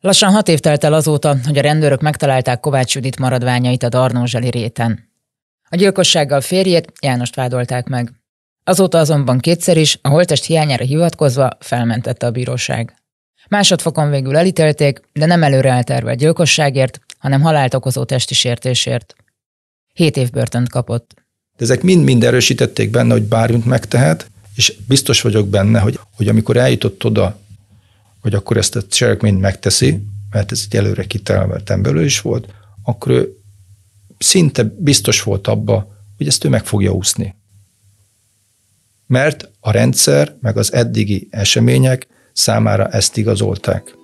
Lassan 6 év telt el azóta, hogy a rendőrök megtalálták Kovács Judit maradványait a Darnózseli réten. A gyilkossággal férjét, Jánost vádolták meg. Azóta azonban kétszer is, a holttest hiányára hivatkozva felmentette a bíróság. Másodfokon végül elítélték, de nem előre eltervelt gyilkosságért, hanem halált okozó testi sértésért. 7 év börtönt kapott. De ezek mind erősítették benne, hogy bármit megtehet, és biztos vagyok benne, hogy amikor eljutott oda, hogy akkor ezt a cselekményt megteszi, mert ez egy előre kitermelt emberről is volt, akkor ő szinte biztos volt abba, hogy ezt ő meg fogja úszni. Mert a rendszer, meg az eddigi események számára ezt igazolták.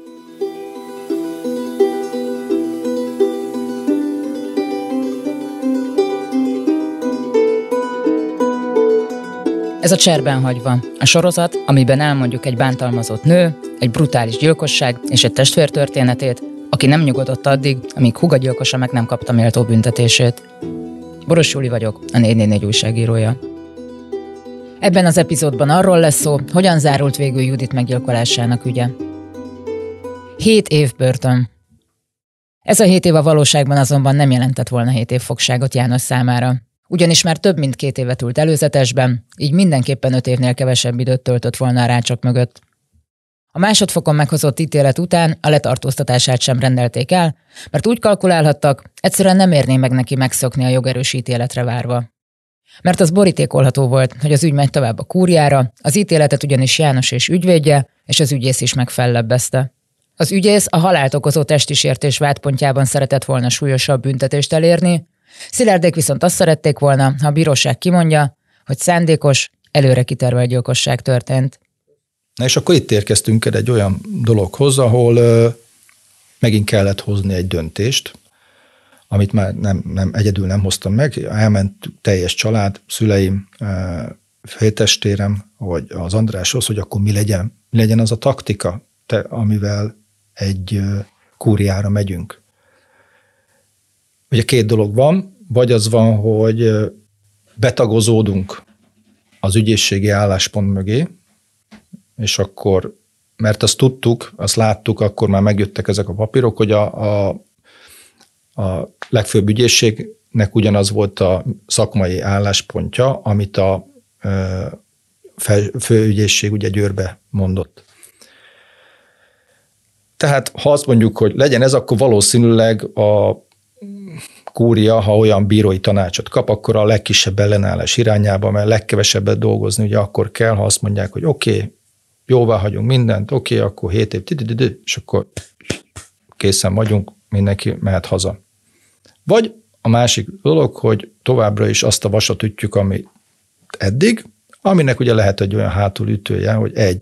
Ez a Cserben hagyva, a sorozat, amiben elmondjuk egy bántalmazott nő, egy brutális gyilkosság és egy testvér történetét, aki nem nyugodott addig, amíg húga gyilkosa meg nem kapta méltó büntetését. Boros Júli vagyok, a 444 újságírója. Ebben az epizódban arról lesz szó, hogyan zárult végül Judit meggyilkolásának ügye. 7 év börtön. Ez a 7 év a valóságban azonban nem jelentett volna 7 év fogságot János számára. Ugyanis már több mint 2 évet ült előzetesben, így mindenképpen 5 évnél kevesebb időt töltött volna a rácsok mögött. A másodfokon meghozott ítélet után a letartóztatását sem rendelték el, mert úgy kalkulálhattak, egyszerűen nem érné meg neki megszokni a jogerős ítéletre várva. Mert az borítékolható volt, hogy az ügy megy tovább a kúriára, az ítéletet ugyanis János és ügyvédje, és az ügyész is megfellebbezte. Az ügyész a halált okozó testi sértés vádpontjában szeretett volna súlyosabb büntetést elérni, Szilárdék viszont azt szerették volna, ha a bíróság kimondja, hogy szándékos, előre kitervelt gyilkosság történt. Na és akkor itt érkeztünk el egy olyan dologhoz, ahol megint kellett hozni egy döntést, amit már nem egyedül nem hoztam meg. Elment teljes család, szüleim, féltestvérem, vagy az Andráshoz, hogy akkor mi legyen az a taktika, amivel egy kúriára megyünk. Ugye 2 dolog van, vagy az van, hogy betagozódunk az ügyészségi álláspont mögé, és akkor, mert azt tudtuk, azt láttuk, akkor már megjöttek ezek a papírok, hogy a legfőbb ügyészségnek ugyanaz volt a szakmai álláspontja, amit a főügyészség ugye Győrbe mondott. Tehát ha azt mondjuk, hogy legyen ez, akkor valószínűleg a kúria, ha olyan bírói tanácsot kap, akkor a legkisebb ellenállás irányába, mert legkevesebbet dolgozni ugye akkor kell, ha azt mondják, hogy oké, jóvá hagyunk mindent, oké, akkor 7 év, és akkor készen vagyunk, mindenki mehet haza. Vagy a másik dolog, hogy továbbra is azt a vasat ütjük, ami eddig, aminek ugye lehet egy olyan hátulütője, hogy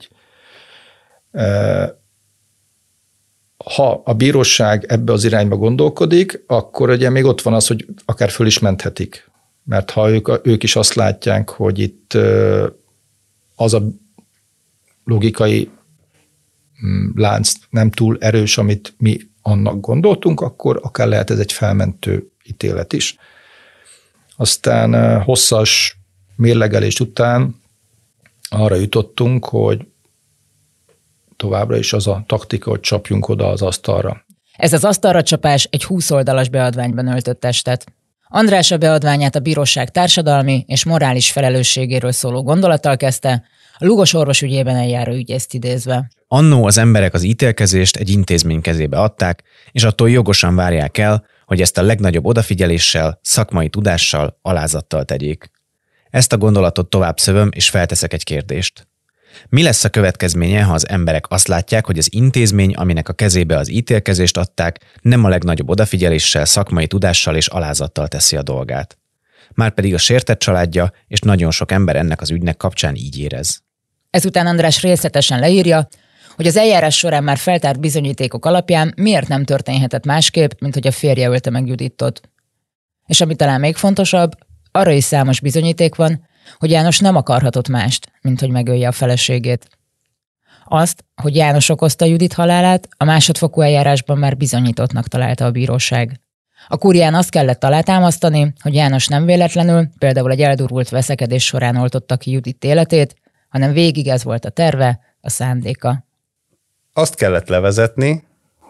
ha a bíróság ebbe az irányba gondolkodik, akkor ugye még ott van az, hogy akár föl is menthetik. Mert ha ők is azt látják, hogy itt az a logikai lánc nem túl erős, amit mi annak gondoltunk, akkor akár lehet ez egy felmentő ítélet is. Aztán hosszas mérlegelés után arra jutottunk, hogy továbbra is az a taktika, hogy csapjunk oda az asztalra. Ez az asztalra csapás egy 20 oldalas beadványban öltött testet. András a beadványát a bíróság társadalmi és morális felelősségéről szóló gondolattal kezdte, a Lugos orvos ügyében eljáró ügyészt idézve. Annó az emberek az ítélkezést egy intézmény kezébe adták, és attól jogosan várják el, hogy ezt a legnagyobb odafigyeléssel, szakmai tudással, alázattal tegyék. Ezt a gondolatot tovább szövöm, és felteszek egy kérdést. Mi lesz a következménye, ha az emberek azt látják, hogy az intézmény, aminek a kezébe az ítélkezést adták, nem a legnagyobb odafigyeléssel, szakmai tudással és alázattal teszi a dolgát? Márpedig a sértett családja és nagyon sok ember ennek az ügynek kapcsán így érez. Ezután András részletesen leírja, hogy az eljárás során már feltárt bizonyítékok alapján miért nem történhetett másképp, mint hogy a férje ölte meg Juditot. És ami talán még fontosabb, arra is számos bizonyíték van, hogy János nem akarhatott mást, mint hogy megölje a feleségét. Azt, hogy János okozta Judit halálát, a másodfokú eljárásban már bizonyítottnak találta a bíróság. A kúrián azt kellett alátámasztani, hogy János nem véletlenül, például egy eldurult veszekedés során oltotta ki Judit életét, hanem végig ez volt a terve, a szándéka. Azt kellett levezetni,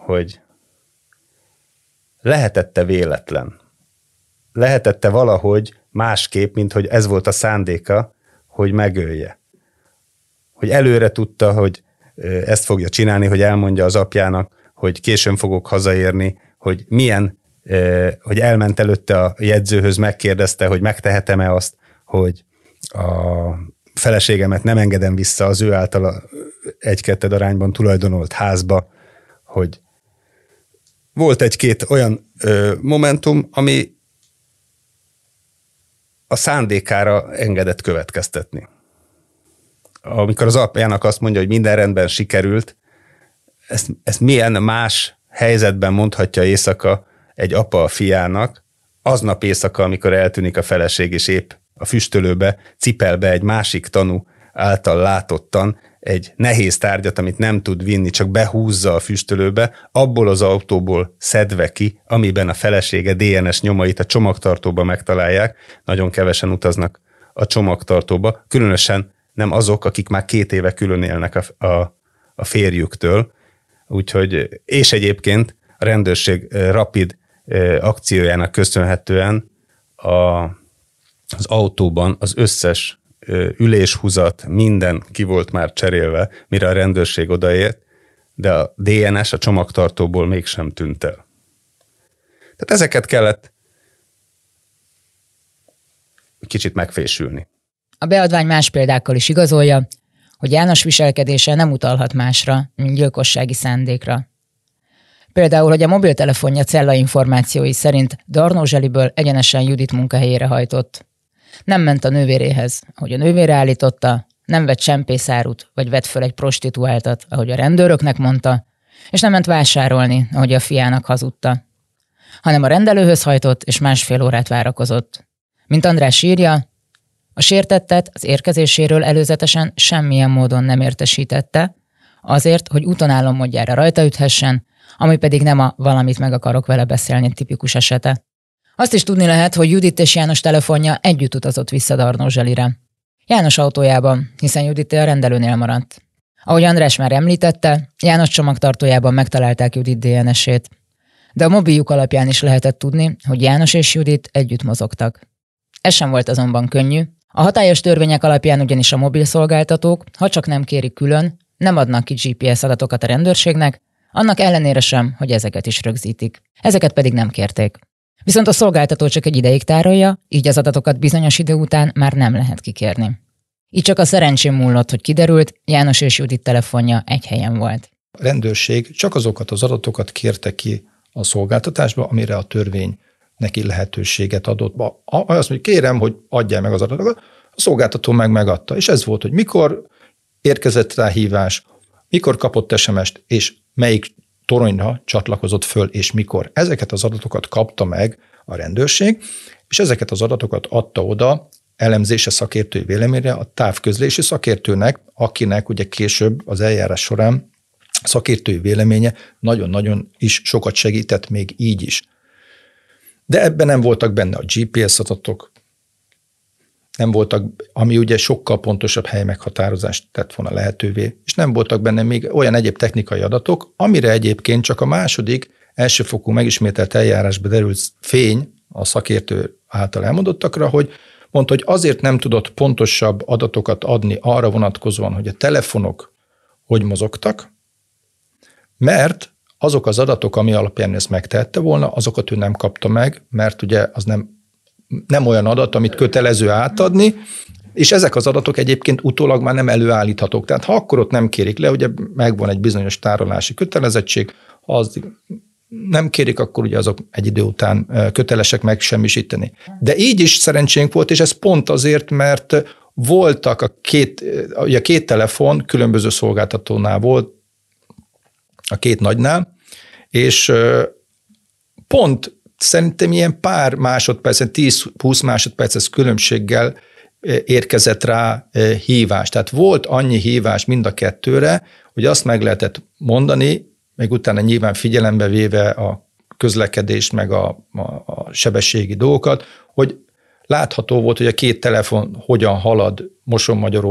hogy lehetette véletlen. Lehetette valahogy másképp, mint hogy ez volt a szándéka, hogy megölje. Hogy előre tudta, hogy ezt fogja csinálni, hogy elmondja az apjának, hogy későn fogok hazaérni, hogy hogy elment előtte a jegyzőhöz, megkérdezte, hogy megtehetem-e azt, hogy a feleségemet nem engedem vissza az ő általa 1-2 arányban tulajdonolt házba, hogy volt 1-2 olyan momentum, ami a szándékára engedett következtetni. Amikor az apjának azt mondja, hogy minden rendben sikerült, ezt milyen más helyzetben mondhatja éjszaka egy apa a fiának, aznap éjszaka, amikor eltűnik a feleség, és épp a füstölőbe cipel be egy másik tanú által látottan egy nehéz tárgyat, amit nem tud vinni, csak behúzza a füstölőbe, abból az autóból szedve ki, amiben a felesége DNS nyomait a csomagtartóba megtalálják. Nagyon kevesen utaznak a csomagtartóba, különösen nem azok, akik már 2 éve külön élnek a férjüktől. Úgyhogy, és egyébként a rendőrség rapid akciójának köszönhetően az autóban az összes üléshúzat, minden ki volt már cserélve, mire a rendőrség odaért, de a DNS a csomagtartóból mégsem tűnt el. Tehát ezeket kellett kicsit megfésülni. A beadvány más példákkal is igazolja, hogy János viselkedése nem utalhat másra, mint gyilkossági szándékra. Például, hogy a mobiltelefonja cellainformációi szerint Darnó Zseliből egyenesen Judit munkahelyére hajtott. Nem ment a nővéréhez, ahogy a nővére állította, nem vett csempészárut, vagy vett föl egy prostituáltat, ahogy a rendőröknek mondta, és nem ment vásárolni, ahogy a fiának hazudta, hanem a rendelőhöz hajtott, és 1,5 órát várakozott. Mint András írja, a sértettet az érkezéséről előzetesen semmilyen módon nem értesítette, azért, hogy útonállomodjára rajta üthessen, ami pedig nem a valamit meg akarok vele beszélni tipikus esete. Azt is tudni lehet, hogy Judit és János telefonja együtt utazott vissza Darnó Zselire. János autójában, hiszen Judit a rendelőnél maradt. Ahogy András már említette, János csomagtartójában megtalálták Judit DNS-ét. De a mobiljuk alapján is lehetett tudni, hogy János és Judit együtt mozogtak. Ez sem volt azonban könnyű. A hatályos törvények alapján ugyanis a mobilszolgáltatók, ha csak nem kérik külön, nem adnak ki GPS adatokat a rendőrségnek, annak ellenére sem, hogy ezeket is rögzítik. Ezeket pedig nem kérték. Viszont a szolgáltató csak egy ideig tárolja, így az adatokat bizonyos idő után már nem lehet kikérni. Így csak a szerencsém múlott, hogy kiderült, János és Judit telefonja egy helyen volt. A rendőrség csak azokat az adatokat kérte ki a szolgáltatásba, amire a törvény neki lehetőséget adott. Azt mondja, kérem, hogy adjál meg az adatokat, a szolgáltató megadta. És ez volt, hogy mikor érkezett rá hívás, mikor kapott SMS-t, és melyik toronyra csatlakozott föl, és mikor. Ezeket az adatokat kapta meg a rendőrség, és ezeket az adatokat adta oda elemzése szakértői véleményre a távközlési szakértőnek, akinek ugye később az eljárás során szakértői véleménye nagyon-nagyon is sokat segített még így is. De ebben nem voltak benne a GPS adatok, nem voltak, ami ugye sokkal pontosabb helymeghatározást tett volna lehetővé, és nem voltak benne még olyan egyéb technikai adatok, amire egyébként csak a második elsőfokú megismételt eljárásba derült fény a szakértő által elmondottakra, hogy mondta, hogy azért nem tudott pontosabb adatokat adni arra vonatkozóan, hogy a telefonok hogy mozogtak, mert azok az adatok, ami alapján ezt megtehette volna, azokat ő nem kapta meg, mert ugye az nem olyan adat, amit kötelező átadni, és ezek az adatok egyébként utólag már nem előállíthatók. Tehát ha akkor ott nem kérik le, ugye megvan egy bizonyos tárolási kötelezettség, ha az nem kérik, akkor ugye azok egy idő után kötelesek megsemmisíteni. De így is szerencsénk volt, és ez pont azért, mert voltak a két telefon különböző szolgáltatónál volt, a két nagynál, és pont szerintem ilyen pár másodpercen, 10-20 másodperces különbséggel érkezett rá hívás. Tehát volt annyi hívás mind a kettőre, hogy azt meg lehetett mondani, meg utána nyilván figyelembe véve a közlekedést, meg a sebességi dolgokat, hogy látható volt, hogy a két telefon hogyan halad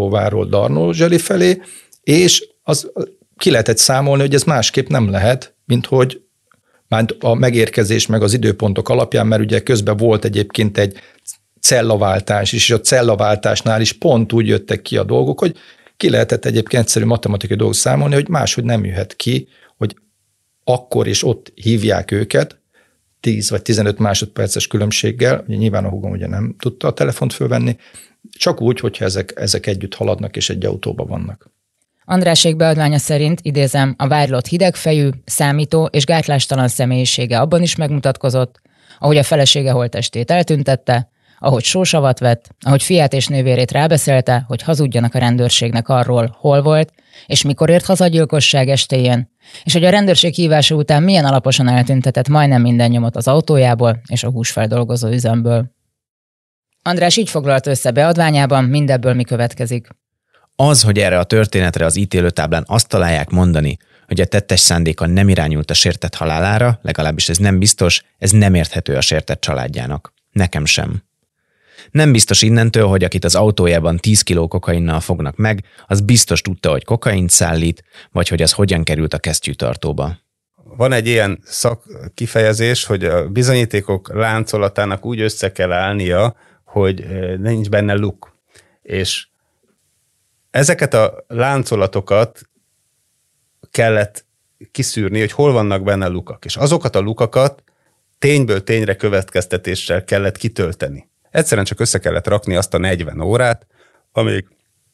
Mosonmagyaróváról Darnó Zseli felé, és az ki lehetett számolni, hogy ez másképp nem lehet, mint hogy a megérkezés meg az időpontok alapján, mert ugye közben volt egyébként egy cellaváltás is, és a cellaváltásnál is pont úgy jöttek ki a dolgok, hogy ki lehetett egyébként egyszerű matematikai dolgok számolni, hogy máshogy nem jöhet ki, hogy akkor és ott hívják őket, 10 vagy 15 másodperces különbséggel, ugye nyilván a húgom ugye nem tudta a telefont fölvenni, csak úgy, hogyha ezek együtt haladnak és egy autóban vannak. Andrásék beadványa szerint, idézem, a vádlott hidegfejű, számító és gátlástalan személyisége abban is megmutatkozott, ahogy a felesége holttestét eltüntette, ahogy sósavat vett, ahogy fiát és nővérét rábeszélte, hogy hazudjanak a rendőrségnek arról, hol volt, és mikor ért haza a gyilkosság estéjén, és hogy a rendőrség hívása után milyen alaposan eltüntetett majdnem minden nyomot az autójából és a húsfeldolgozó üzemből. András így foglalta össze beadványában, mindebből mi következik. Az, hogy erre a történetre az ítélőtáblán azt találják mondani, hogy a tettes szándéka nem irányult a sértett halálára, legalábbis ez nem biztos, ez nem érthető a sértett családjának. Nekem sem. Nem biztos innentől, hogy akit az autójában 10 kiló kokainnal fognak meg, az biztos tudta, hogy kokaint szállít, vagy hogy az hogyan került a kesztyűtartóba. Van egy ilyen szakkifejezés, hogy a bizonyítékok láncolatának úgy össze kell állnia, hogy nincs benne luk. És ezeket a láncolatokat kellett kiszűrni, hogy hol vannak benne lukak. És azokat a lukakat tényből tényre következtetéssel kellett kitölteni. Egyszerűen csak össze kellett rakni azt a 40 órát, amíg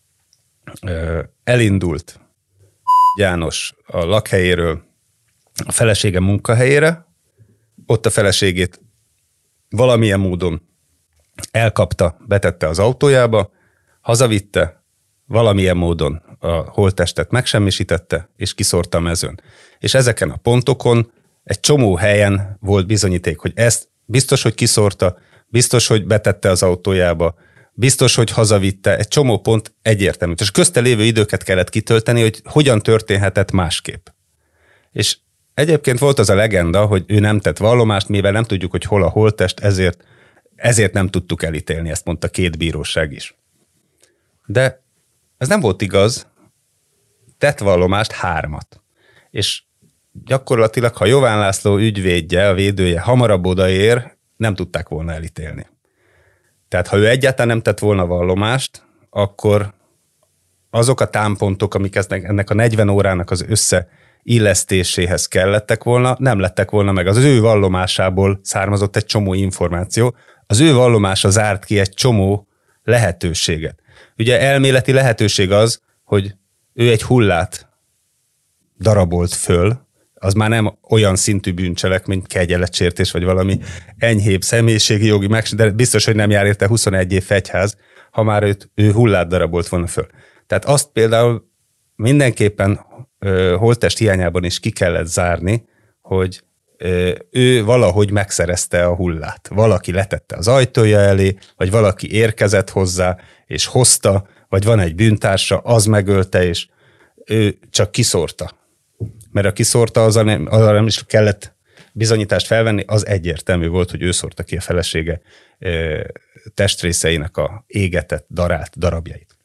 elindult János a lakhelyéről a felesége munkahelyére, ott a feleségét valamilyen módon elkapta, betette az autójába, hazavitte, valamilyen módon a holttestet megsemmisítette, és kiszórta a mezőn. És ezeken a pontokon egy csomó helyen volt bizonyíték, hogy ezt biztos, hogy kiszórta, biztos, hogy betette az autójába, biztos, hogy hazavitte, egy csomó pont egyértelmű. És közte lévő időket kellett kitölteni, hogy hogyan történhetett másképp. És egyébként volt az a legenda, hogy ő nem tett vallomást, mivel nem tudjuk, hogy hol a holttest, ezért nem tudtuk elítélni, ezt mondta 2 bíróság is. De ez nem volt igaz, tett vallomást 3. És gyakorlatilag, ha Jován László ügyvédje, a védője hamarabb odaér, nem tudták volna elítélni. Tehát ha ő egyáltalán nem tett volna vallomást, akkor azok a támpontok, amik ennek a 40 órának az összeillesztéséhez kellettek volna, nem lettek volna meg. Az ő vallomásából származott egy csomó információ, az ő vallomása zárt ki egy csomó lehetőséget. Ugye elméleti lehetőség az, hogy ő egy hullát darabolt föl, az már nem olyan szintű bűncselekmény, mint kegyeletsértés, vagy valami enyhébb személyiségi jogi de biztos, hogy nem jár érte 21 év fegyház, ha már ő hullát darabolt volna föl. Tehát azt például mindenképpen holttest hiányában is ki kellett zárni, hogy ő valahogy megszerezte a hullát. Valaki letette az ajtója elé, vagy valaki érkezett hozzá, és hozta, vagy van egy bűntársa, az megölte, és ő csak kiszórta. Mert a kiszórta, arra nem is kellett bizonyítást felvenni, az egyértelmű volt, hogy ő szórta ki a felesége testrészeinek a égetett, darált darabjait.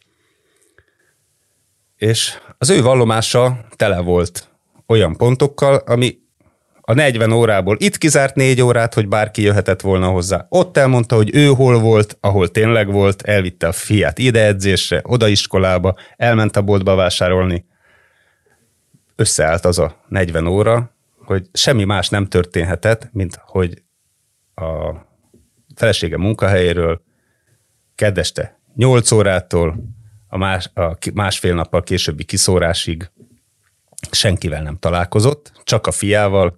És az ő vallomása tele volt olyan pontokkal, ami a 40 órából itt kizárt 4 órát, hogy bárki jöhetett volna hozzá. Ott elmondta, hogy ő hol volt, ahol tényleg volt, elvitte a fiát ide edzésre, oda iskolába, elment a boltba vásárolni. Összeállt az a 40 óra, hogy semmi más nem történhetett, mint hogy a felesége munkahelyéről kedd este 8 órától a másfél nappal későbbi kiszórásig senkivel nem találkozott, csak a fiával,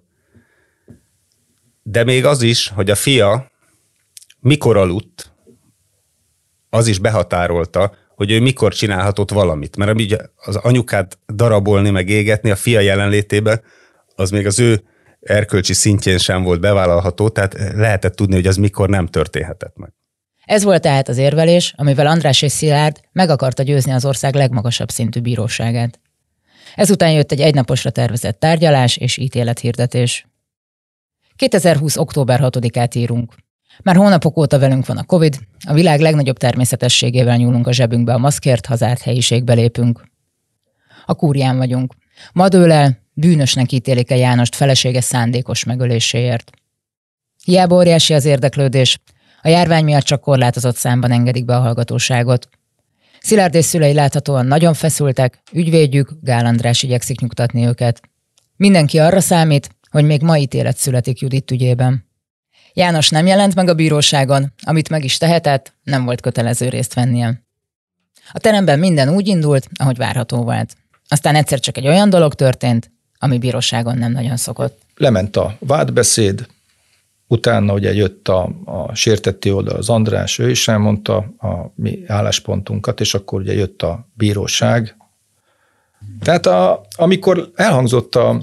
de még az is, hogy a fia mikor aludt, az is behatárolta, hogy ő mikor csinálhatott valamit. Mert ugye az anyukát darabolni, meg égetni a fia jelenlétében, az még az ő erkölcsi szintjén sem volt bevállalható, tehát lehetett tudni, hogy az mikor nem történhetett meg. Ez volt tehát az érvelés, amivel András és Szilárd meg akarta győzni az ország legmagasabb szintű bíróságát. Ezután jött egy egynaposra tervezett tárgyalás és ítélethirdetés. 2020. október 6-át írunk. Már hónapok óta velünk van a Covid, a világ legnagyobb természetességével nyúlunk a zsebünkbe a maszkért, ha zárt helyiségbe lépünk. A Kúrián vagyunk. Ma dől el, bűnösnek ítélik-e Jánost felesége szándékos megöléséért. Hiába óriási az érdeklődés, a járvány miatt csak korlátozott számban engedik be a hallgatóságot. Szilárd és szülei láthatóan nagyon feszültek, ügyvédjük, Gál András igyekszik nyugtatni őket. Mindenki arra számít, hogy még ma ítélet születik Judit ügyében. János nem jelent meg a bíróságon, amit meg is tehetett, nem volt kötelező részt vennie. A teremben minden úgy indult, ahogy várható volt. Aztán egyszer csak egy olyan dolog történt, ami bíróságon nem nagyon szokott. Lement a vádbeszéd, utána ugye jött a sértetti oldal, az András, ő is elmondta a mi álláspontunkat, és akkor ugye jött a bíróság. Tehát amikor elhangzott a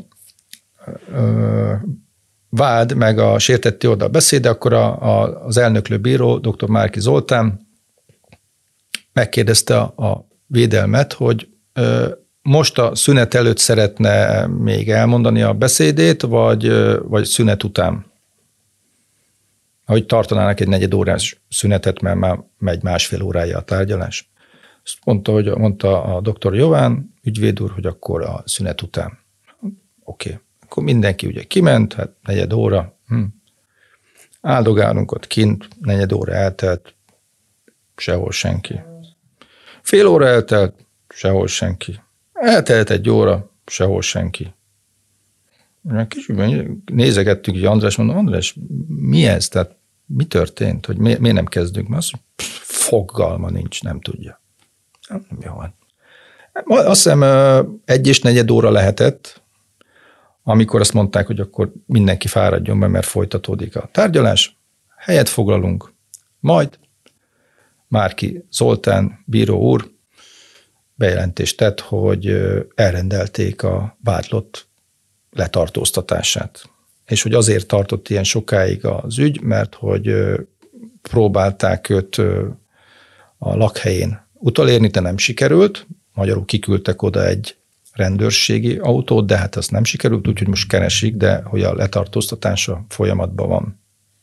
vád, meg a sértetti oldal beszéde, akkor az elnöklő bíró, dr. Márki Zoltán megkérdezte a védelmet, hogy most a szünet előtt szeretne még elmondani a beszédét, vagy szünet után? Hogy tartanának egy negyedórás szünetet, mert már megy másfél órája a tárgyalás. Azt mondta a dr. Jován, ügyvéd úr, hogy akkor a szünet után. Oké. Akkor mindenki ugye kiment, hát negyed óra. Áldogálunk ott kint, negyed óra eltelt, sehol senki. Fél óra eltelt, sehol senki. Eltelt egy óra, sehol senki. Kicsit nézegettük, hogy András, mondom, András, mi ez? Tehát mi történt? Hogy miért nem kezdünk? Mert azt fogalma nincs, nem tudja. Nem jó van. Azt hiszem 1 és negyed óra lehetett, amikor azt mondták, hogy akkor mindenki fáradjon be, mert folytatódik a tárgyalás, helyet foglalunk, majd Márki Zoltán, bíró úr bejelentést tett, hogy elrendelték a vádlott letartóztatását. És hogy azért tartott ilyen sokáig az ügy, mert hogy próbálták őt a lakhelyén utolérni, de nem sikerült. Magyarul kiküldtek oda egy rendőrségi autót, de hát az nem sikerült, úgyhogy most keresik, de hogy a letartóztatása folyamatban van.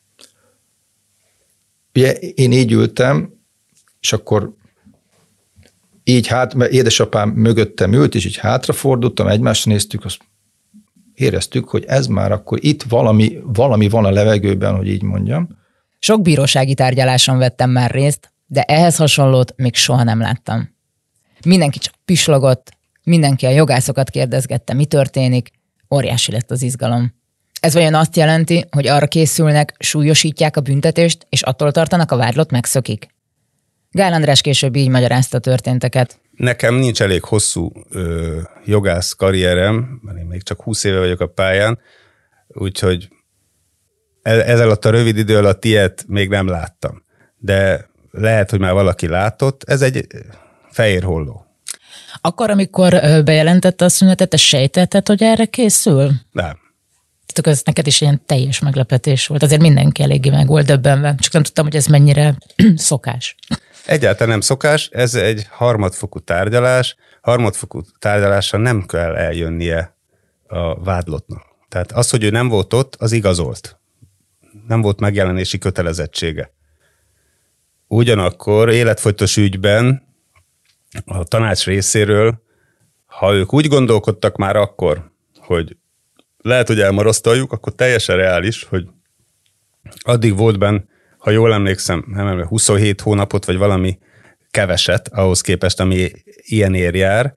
Ugye én így ültem, és akkor így mert édesapám mögöttem ült, és így hátrafordultam, egymásra néztük, azt éreztük, hogy ez már akkor itt valami van a levegőben, hogy így mondjam. Sok bírósági tárgyaláson vettem már részt, de ehhez hasonlót még soha nem láttam. Mindenki csak pislogott, mindenki a jogászokat kérdezgette, mi történik, óriási lett az izgalom. Ez vajon azt jelenti, hogy arra készülnek, súlyosítják a büntetést, és attól tartanak, a vádlott megszökik? Gál András később így magyarázta a történteket. Nekem nincs elég hosszú jogász karrierem, mert én még csak 20 éve vagyok a pályán, úgyhogy ez alatt a rövid idő alatt ilyet még nem láttam. De lehet, hogy már valaki látott, ez egy fehér holló. Akkor, amikor bejelentette a szünetet, te sejtetted, hogy erre készül? Nem. Tehát ez neked is ilyen teljes meglepetés volt. Azért mindenki eléggé meg volt döbbenve. Csak nem tudtam, hogy ez mennyire szokás. Egyáltalán nem szokás, ez egy harmadfokú tárgyalás. Harmadfokú tárgyalásra nem kell eljönnie a vádlottnak. Tehát az, hogy ő nem volt ott, az igazolt. Nem volt megjelenési kötelezettsége. Ugyanakkor életfogytos ügyben a tanács részéről, ha ők úgy gondolkodtak már akkor, hogy lehet, hogy elmarasztaljuk, akkor teljesen reális, hogy addig volt benne, ha jól emlékszem, 27 hónapot, vagy valami keveset ahhoz képest, ami ilyenért jár.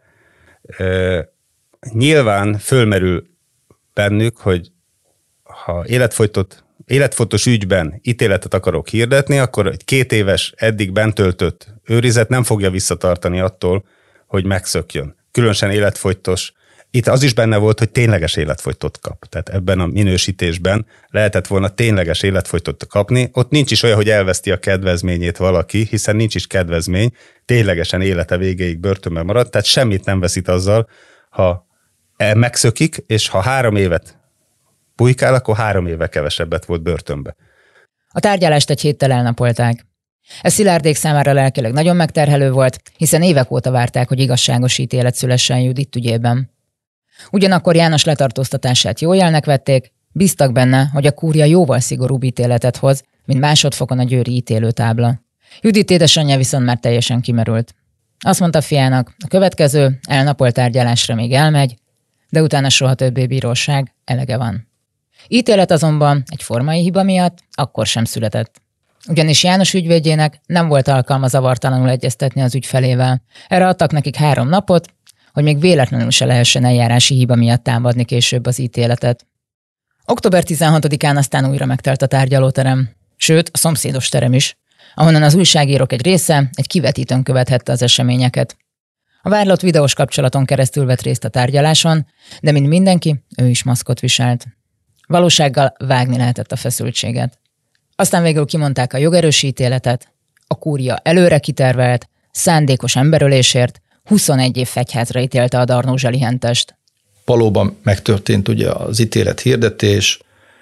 Nyilván fölmerül bennük, hogy ha életfogytos ügyben ítéletet akarok hirdetni, akkor egy 2 éves eddig bent töltött őrizet nem fogja visszatartani attól, hogy megszökjön. Különösen életfogytos. Itt az is benne volt, hogy tényleges életfogytot kap. Tehát ebben a minősítésben lehetett volna tényleges életfogytot kapni. Ott nincs is olyan, hogy elveszti a kedvezményét valaki, hiszen nincs is kedvezmény. Ténylegesen élete végéig börtönben maradt, tehát semmit nem veszít azzal, ha megszökik, és ha 3 évet bujkál, akkor 3 éve kevesebbet volt börtönbe. A tárgyalást egy héttel elnapolták. Ez Szilárdék számára lelkileg nagyon megterhelő volt, hiszen évek óta várták, hogy igazságos ítélet szülessen Judit ügyében. Ugyanakkor János letartóztatását jó jelnek vették, bíztak benne, hogy a kúria jóval szigorúbb ítéletet hoz, mint másodfokon a győri ítélőtábla. Judit édesanyja viszont már teljesen kimerült. Azt mondta fiának, a következő elnapolt tárgyalásra még elmegy, de utána soha többé bíróság, elege van. Ítélet azonban egy formai hiba miatt akkor sem született. Ugyanis János ügyvédjének nem volt alkalma zavartalanul egyeztetni az ügyfelével. Erre adtak nekik 3 napot, hogy még véletlenül se lehessen eljárási hiba miatt támadni később az ítéletet. Október 16-án aztán újra megtelt a tárgyalóterem, sőt a szomszédos terem is, ahonnan az újságírók egy része egy kivetítőn követhette az eseményeket. A vádlott videós kapcsolaton keresztül vett részt a tárgyaláson, de mint mindenki, ő is maszkot viselt. Valósággal vágni lehetett a feszültséget. Aztán végül kimondták a jogerős ítéletet, a kúria előre kitervelt, szándékos emberölésért 21 év fegyházra ítélte a Darnózsa Lihentest. Valóban megtörtént ugye az ítélet hirdetés,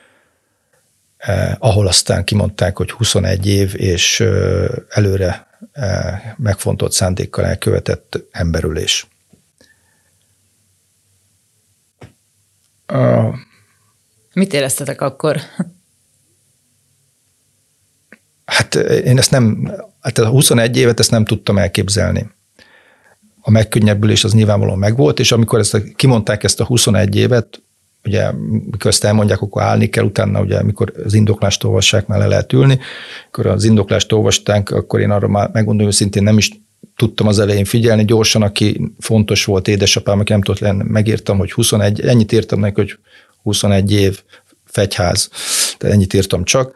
ahol aztán kimondták, hogy 21 év és előre megfontolt szándékkal elkövetett emberölés. Mit éreztetek akkor? Hát én ezt a 21 évet ezt nem tudtam elképzelni. A megkönnyebbülés az nyilvánvalóan megvolt, és amikor kimondták ezt a 21 évet, ugye mikor ezt elmondják, akkor állni kell, utána ugye mikor az indoklást olvassák, már le lehet ülni, akkor az indoklást olvastánk, akkor én arra már megmondom őszintén nem is tudtam az elején figyelni, gyorsan, aki fontos volt, édesapám, aki nem tudott lenni, megírtam, hogy 21, ennyit írtam neki, hogy 21 év, fegyház, tehát ennyit írtam csak.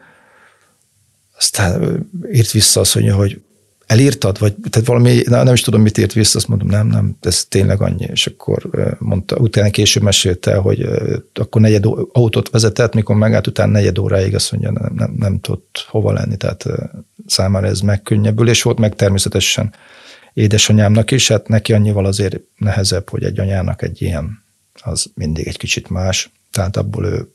Aztán írt vissza azt mondja, hogy elírtad, vagy tehát valami, nem is tudom, mit írt vissza, azt mondom, nem, ez tényleg annyi. És akkor mondta, utána később mesélte, hogy akkor 4 autót vezetett, mikor megállt, utána 4 óráig azt mondja, nem tudott hova lenni, tehát számára ez megkönnyebbülés volt, meg természetesen édesanyámnak is, hát neki annyival azért nehezebb, hogy egy anyának egy ilyen, az mindig egy kicsit más, tehát abból ő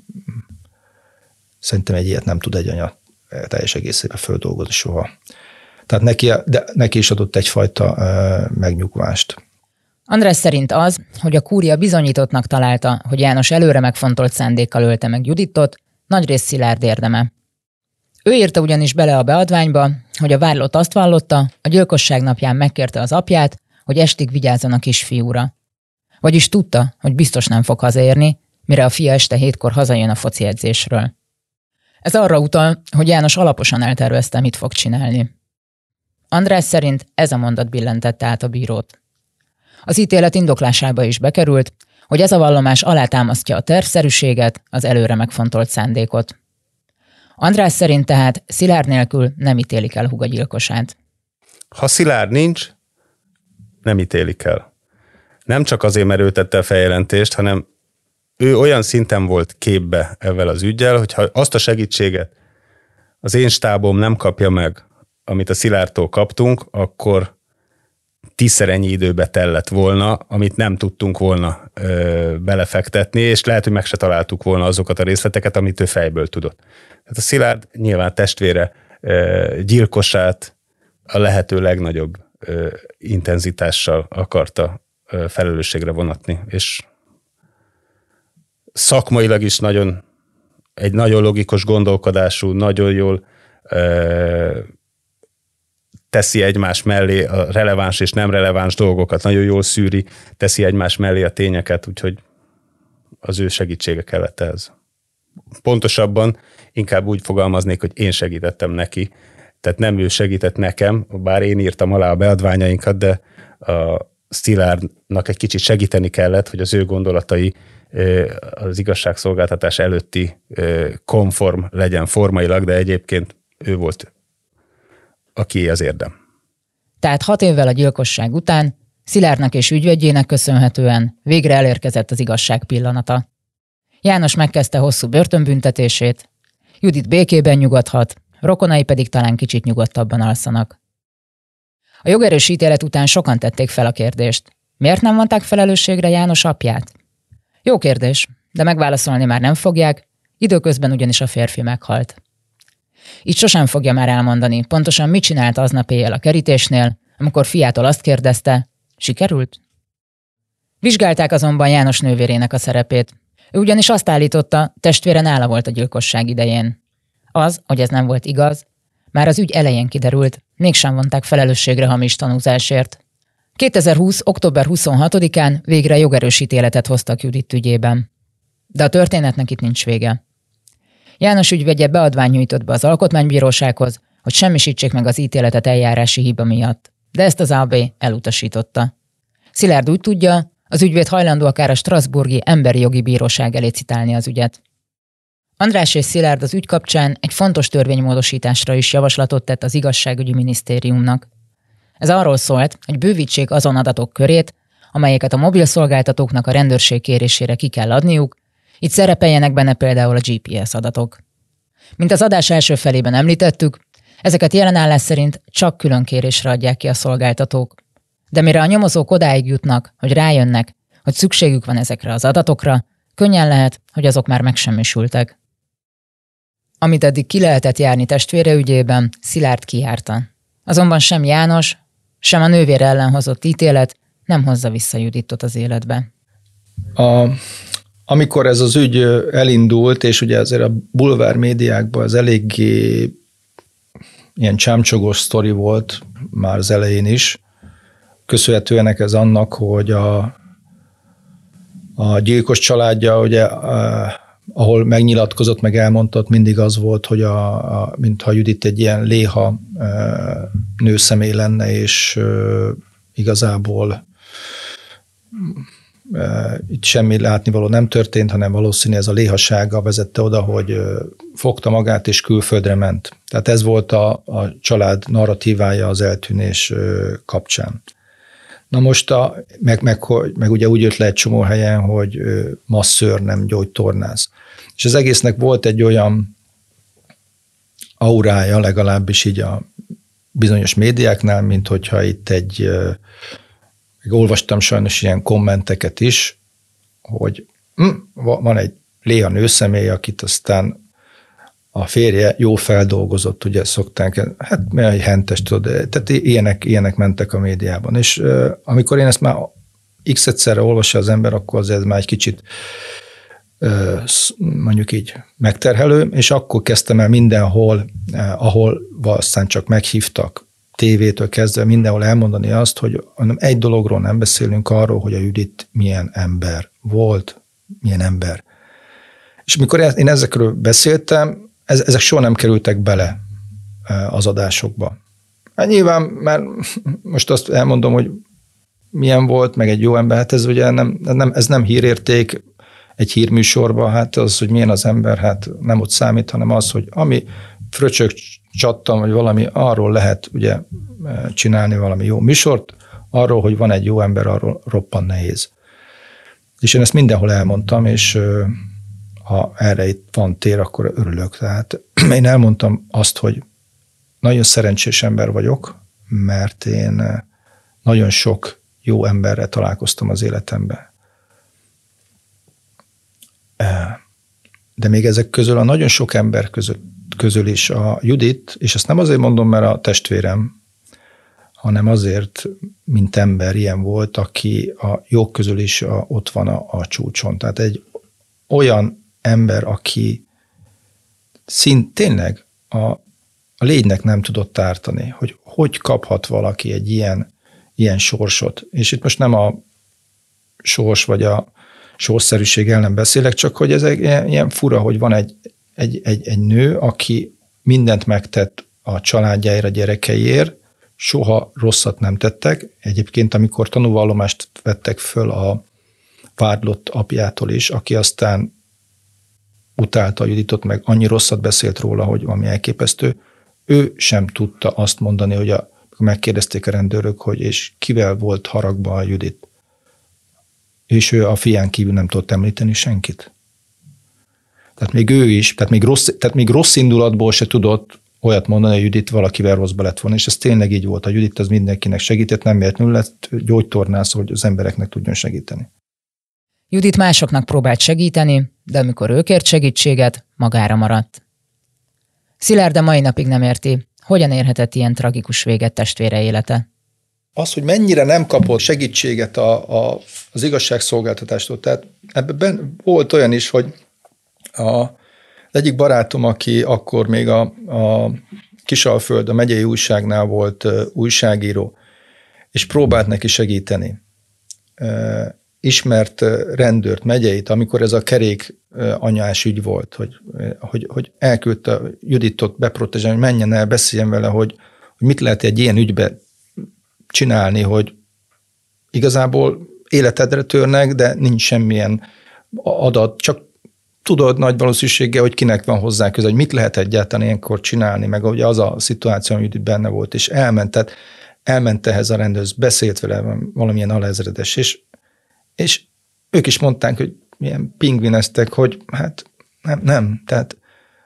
szerintem egy ilyet nem tud egy anya teljes egészében földolgozni soha. Tehát neki is adott egyfajta megnyugvást. András szerint az, hogy a kúria bizonyítottnak találta, hogy János előre megfontolt szándékkal ölte meg Juditot, nagyrészt Szilárd érdeme. Ő írta ugyanis bele a beadványba, hogy a vádlott azt vallotta, a gyilkosság napján megkérte az apját, hogy estig vigyázzon a kisfiúra. Vagyis tudta, hogy biztos nem fog hazaérni, mire a fia este 7-kor hazajön a foci edzésről. Ez arra utal, hogy János alaposan eltervezte, mit fog csinálni. András szerint ez a mondat billentette át a bírót. Az ítélet indoklásába is bekerült, hogy ez a vallomás alátámasztja a tervszerűséget, az előre megfontolt szándékot. András szerint tehát Szilárd nélkül nem ítélik el húga gyilkosát. Ha Szilárd nincs, nem ítélik el. Nem csak azért, mert ő tette a feljelentést, hanem ő olyan szinten volt képbe ezzel az üggyel, hogyha azt a segítséget az én stábom nem kapja meg, amit a Szilárdtól kaptunk, akkor 10-szer ennyi időbe tellett volna, amit nem tudtunk volna belefektetni, és lehet, hogy meg se találtuk volna azokat a részleteket, amit ő fejből tudott. Tehát a Szilárd nyilván testvére gyilkosát a lehető legnagyobb intenzitással akarta felelősségre vonatni, és szakmailag is egy nagyon logikus gondolkodású, nagyon jól teszi egymás mellé a releváns és nem releváns dolgokat, nagyon jól szűri, teszi egymás mellé a tényeket, úgyhogy az ő segítsége kellett ez. Pontosabban inkább úgy fogalmaznék, hogy én segítettem neki, tehát nem ő segített nekem, bár én írtam alá a beadványainkat, de a Szilárdnak egy kicsit segíteni kellett, hogy az ő gondolatai az igazságszolgáltatás előtti konform legyen formailag, de egyébként ő volt aki az érdem. Tehát 6 évvel a gyilkosság után Szilárdnak és ügyvédjének köszönhetően végre elérkezett az igazság pillanata. János megkezdte hosszú börtönbüntetését, Judit békében nyugodhat, rokonai pedig talán kicsit nyugodtabban alszanak. A jogerős ítélet után sokan tették fel a kérdést. Miért nem vonták felelősségre János apját? Jó kérdés, de megválaszolni már nem fogják, időközben ugyanis a férfi meghalt. Így sosem fogja már elmondani, pontosan mit csinált aznap éjjel a kerítésnél, amikor fiától azt kérdezte, sikerült? Vizsgálták azonban János nővérének a szerepét. Ő ugyanis azt állította, testvére nála volt a gyilkosság idején. Az, hogy ez nem volt igaz, már az ügy elején kiderült, mégsem vonták felelősségre hamis tanúzásért. 2020. október 26-án végre jogerős ítéletet hoztak Judit ügyében. De a történetnek itt nincs vége. János ügyvédje beadvány nyújtott be az Alkotmánybírósághoz, hogy semmisítsék meg az ítéletet eljárási hiba miatt. De ezt az AB elutasította. Szilárd úgy tudja, az ügyvéd hajlandó akár a Strasbourgi Emberi Jogi Bíróság elé citálni az ügyet. András és Szilárd az ügy kapcsán egy fontos törvénymódosításra is javaslatot tett az Igazságügyi Minisztériumnak. Ez arról szólt, hogy bővítsék azon adatok körét, amelyeket a mobilszolgáltatóknak a rendőrség kérésére ki kell adniuk, itt szerepeljenek benne például a GPS adatok. Mint az adás első felében említettük, ezeket jelen állás szerint csak külön kérésre adják ki a szolgáltatók. De mire a nyomozók odáig jutnak, hogy rájönnek, hogy szükségük van ezekre az adatokra, könnyen lehet, hogy azok már megsemmisültek. Amit eddig ki lehetett járni testvére ügyében, Szilárd kijárta. Azonban sem János, sem a nővére ellen hozott ítélet nem hozza vissza Juditot az életbe. Amikor ez az ügy elindult, és ugye azért a bulvár médiákban az eléggé ilyen csámcsogós sztori volt már az elején is, köszönhetően ez annak, hogy a gyilkos családja, ugye, ahol megnyilatkozott, meg elmondott, mindig az volt, hogy mintha Judit egy ilyen léha nőszemély lenne, és igazából itt semmi látnivaló nem történt, hanem valószínű ez a léhasága vezette oda, hogy fogta magát és külföldre ment. Tehát ez volt a család narratívája az eltűnés kapcsán. Na most meg ugye úgy jött le egy csomó helyen, hogy masszőr, nem gyógytornász. És az egésznek volt egy olyan aurája, legalábbis így a bizonyos médiáknál, mint hogyha itt olvastam sajnos ilyen kommenteket is, hogy van egy léha nőszemély, akit aztán a férje jó feldolgozott, ugye szokták, hát egy hentes, tudod, tehát ilyenek mentek a médiában. És amikor én ezt már x-egyszerre olvassa az ember, akkor azért ez már egy kicsit mondjuk így megterhelő, és akkor kezdtem el mindenhol, ahol aztán csak meghívtak, tévétől kezdve mindenhol elmondani azt, hogy egy dologról nem beszélünk, arról, hogy a Judit milyen ember volt, milyen ember. És amikor én ezekről beszéltem, ezek soha nem kerültek bele az adásokba. Hát nyilván, mert most azt elmondom, hogy milyen volt, meg egy jó ember, hát ez ugye ez nem hírérték egy hírműsorban, hát az, hogy milyen az ember, hát nem ott számít, hanem az, hogy ami fröcsög, csattam, vagy valami, arról lehet ugye csinálni valami jó műsort, arról, hogy van egy jó ember, arról roppan nehéz. És én ezt mindenhol elmondtam, és ha erre itt van tér, akkor örülök. Tehát én elmondtam azt, hogy nagyon szerencsés ember vagyok, mert én nagyon sok jó emberrel találkoztam az életemben. De még ezek közül, a nagyon sok ember közül is a Judit, és ezt nem azért mondom, mert a testvérem, hanem azért, mint ember ilyen volt, aki a jók közül is ott van a csúcson. Tehát egy olyan ember, aki tényleg a légynek nem tudott ártani, hogy kaphat valaki egy ilyen sorsot. És itt most nem a sors vagy a sorszerűség ellen beszélek, csak hogy ez ilyen fura, hogy van egy nő, aki mindent megtett a családjáért, a gyerekeiért, soha rosszat nem tettek. Egyébként, amikor tanúvallomást vettek föl a vádlott apjától is, aki aztán utálta a Juditot, meg annyi rosszat beszélt róla, hogy valami elképesztő, ő sem tudta azt mondani, hogy megkérdezték a rendőrök, hogy és kivel volt haragban a Judit. És ő a fián kívül nem tudott említeni senkit. Tehát még ő is, tehát még rossz indulatból se tudott olyat mondani, hogy Judit valakivel rosszba lett volna, és ez tényleg így volt. A Judit az mindenkinek segített, nem véletlenül lett gyógytornász, hogy az embereknek tudjon segíteni. Judit másoknak próbált segíteni, de amikor ő kért segítséget, magára maradt. Szilárd a mai napig nem érti, hogyan érhetett ilyen tragikus véget testvére élete. Az, hogy mennyire nem kapott segítséget az igazságszolgáltatástól, tehát ebben volt olyan is, hogy az egyik barátom, aki akkor még a Kisalföld, a megyei újságnál volt újságíró, és próbált neki segíteni. Ismert rendőrt, megyeit, amikor ez a kerék anyás ügy volt, hogy elküldte Juditot beprotezsálni, hogy menjen el, beszéljen vele, hogy mit lehet egy ilyen ügybe csinálni, hogy igazából életedre törnek, de nincs semmilyen adat, csak tudod nagy valószínűséggel, hogy kinek van hozzá köze, hogy mit lehet egyáltalán ilyenkor csinálni, meg ugye az a szituáció, hogy benne volt, és elment ehhez a rendőrhöz, beszélt vele valamilyen alezredes, és ők is mondták, hogy milyen pingvineztek, hogy hát nem, tehát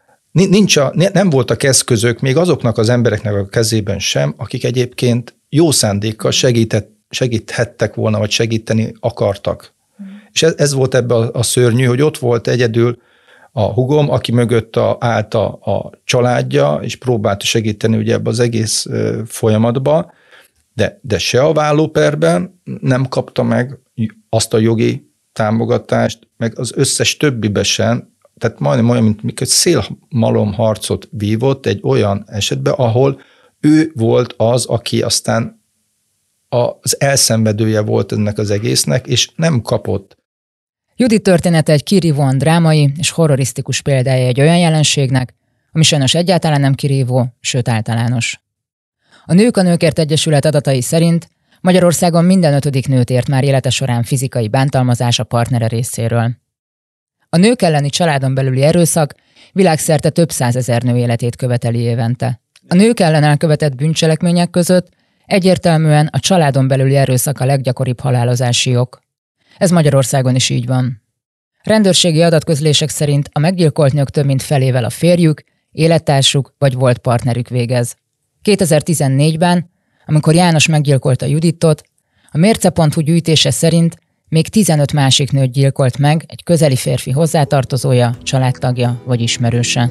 nem voltak eszközök még azoknak az embereknek a kezében sem, akik egyébként jó szándékkal segíthettek volna, vagy segíteni akartak. És ez volt ebben a szörnyű, hogy ott volt egyedül a hugom, aki mögött állt a családja, és próbálta segíteni ugye ebbe az egész folyamatba, de se a vállóperben nem kapta meg azt a jogi támogatást, meg az összes többibe sem, tehát majdnem olyan, mint mikor szélmalom harcot vívott egy olyan esetben, ahol ő volt az, aki aztán az elszenvedője volt ennek az egésznek, és nem kapott. Judit története egy kirívóan drámai és horrorisztikus példája egy olyan jelenségnek, ami sajnos egyáltalán nem kirívó, sőt általános. A Nők a Nőkért Egyesület adatai szerint Magyarországon minden 5. nőt ért már élete során fizikai bántalmazás a partnere részéről. A nők elleni családon belüli erőszak világszerte több 100 000 nő életét követeli évente. A nők ellen elkövetett bűncselekmények között egyértelműen a családon belüli erőszak a leggyakoribb halálozási ok. Ez Magyarországon is így van. Rendőrségi adatközlések szerint a meggyilkolt nők több mint felével a férjük, élettársuk vagy volt partnerük végez. 2014-ben, amikor János meggyilkolta Juditot, a Mérce.hu gyűjtése szerint még 15 másik nőt gyilkolt meg egy közeli férfi hozzátartozója, családtagja vagy ismerőse.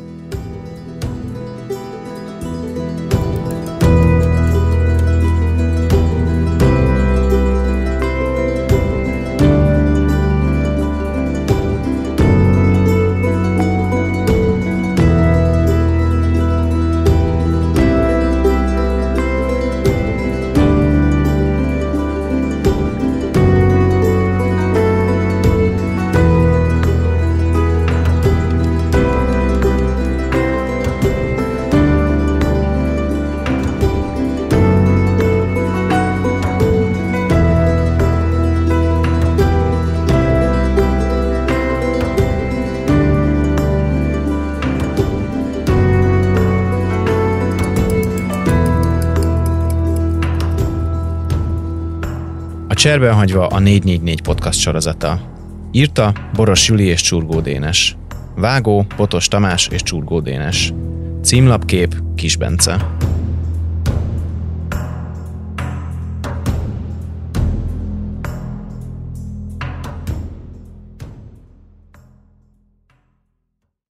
Cserben hagyva a 444 podcast sorozata. Írta Boros Juli és Csurgó Dénes. Vágó Botos Tamás és Csurgó Dénes. Címlapkép Kis Bence.